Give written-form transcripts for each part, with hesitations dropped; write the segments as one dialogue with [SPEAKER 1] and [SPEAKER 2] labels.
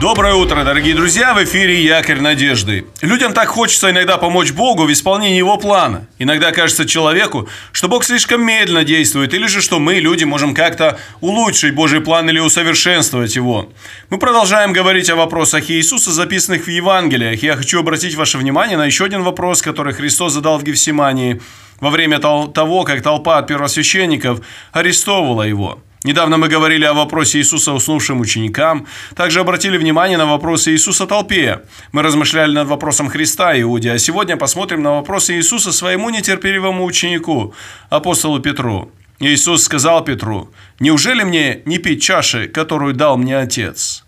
[SPEAKER 1] Доброе утро, дорогие друзья! В эфире «Якорь надежды». Людям так хочется иногда помочь Богу в исполнении Его плана. Иногда кажется человеку, что Бог слишком медленно действует, или же что мы, люди, можем как-то улучшить Божий план или усовершенствовать его. Мы продолжаем говорить о вопросах Иисуса, записанных в Евангелиях. Я хочу обратить ваше внимание на еще один вопрос, который Христос задал в Гефсимании во время того, как толпа от первосвященников арестовывала Его. Недавно мы говорили о вопросе Иисуса уснувшим ученикам, также обратили внимание на вопросы Иисуса толпе. Мы размышляли над вопросом Христа Иуде, а сегодня посмотрим на вопросы Иисуса своему нетерпеливому ученику, апостолу Петру. Иисус сказал Петру: «Неужели мне не пить чаши, которую дал мне Отец?»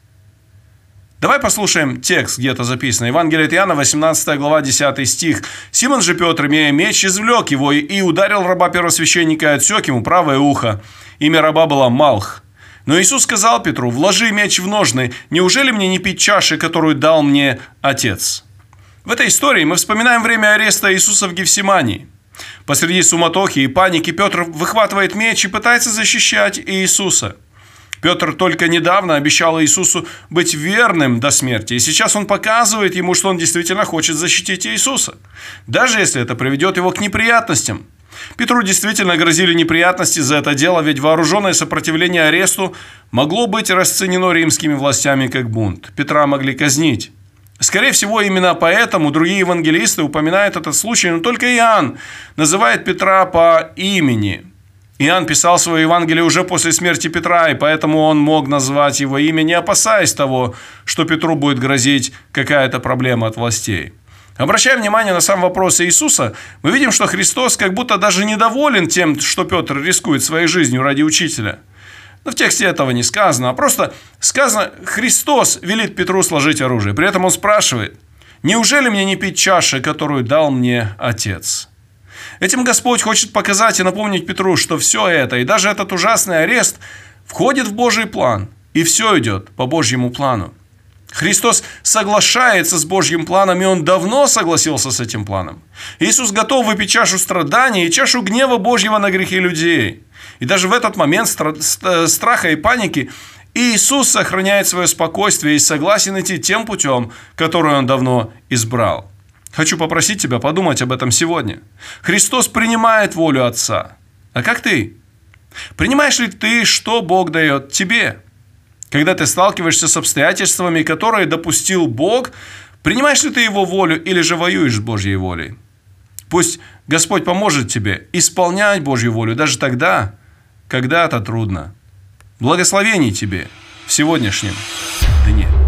[SPEAKER 1] Давай послушаем текст, где-то записано. Евангелие от Иоанна, 18 глава, 10 стих. «Симон же Петр, имея меч, извлек его и ударил раба первосвященника и отсек ему правое ухо. Имя раба было Малх. Но Иисус сказал Петру: вложи меч в ножны. Неужели мне не пить чаши, которую дал мне Отец?» В этой истории мы вспоминаем время ареста Иисуса в Гефсимании. Посреди суматохи и паники Петр выхватывает меч и пытается защищать Иисуса. Петр только недавно обещал Иисусу быть верным до смерти, и сейчас он показывает ему, что он действительно хочет защитить Иисуса, даже если это приведет его к неприятностям. Петру действительно грозили неприятности за это дело, ведь вооруженное сопротивление аресту могло быть расценено римскими властями как бунт. Петра могли казнить. Скорее всего, именно поэтому другие евангелисты упоминают этот случай, но только Иоанн называет Петра по имени. Иоанн писал свое Евангелие уже после смерти Петра, и поэтому он мог назвать его имя, не опасаясь того, что Петру будет грозить какая-то проблема от властей. Обращая внимание на сам вопрос Иисуса, мы видим, что Христос как будто даже недоволен тем, что Петр рискует своей жизнью ради учителя. Но в тексте этого не сказано, а просто сказано: Христос велит Петру сложить оружие. При этом он спрашивает: «Неужели мне не пить чаши, которую дал мне Отец?» Этим Господь хочет показать и напомнить Петру, что все это, и даже этот ужасный арест, входит в Божий план, и все идет по Божьему плану. Христос соглашается с Божьим планом, и Он давно согласился с этим планом. Иисус готов выпить чашу страданий и чашу гнева Божьего на грехи людей. И даже в этот момент страха и паники Иисус сохраняет свое спокойствие и согласен идти тем путем, который Он давно избрал. Хочу попросить тебя подумать об этом сегодня. Христос принимает волю Отца. А как ты? Принимаешь ли ты, что Бог дает тебе? Когда ты сталкиваешься с обстоятельствами, которые допустил Бог, принимаешь ли ты Его волю или же воюешь с Божьей волей? Пусть Господь поможет тебе исполнять Божью волю даже тогда, когда это трудно. Благословений тебе в сегодняшнем дне.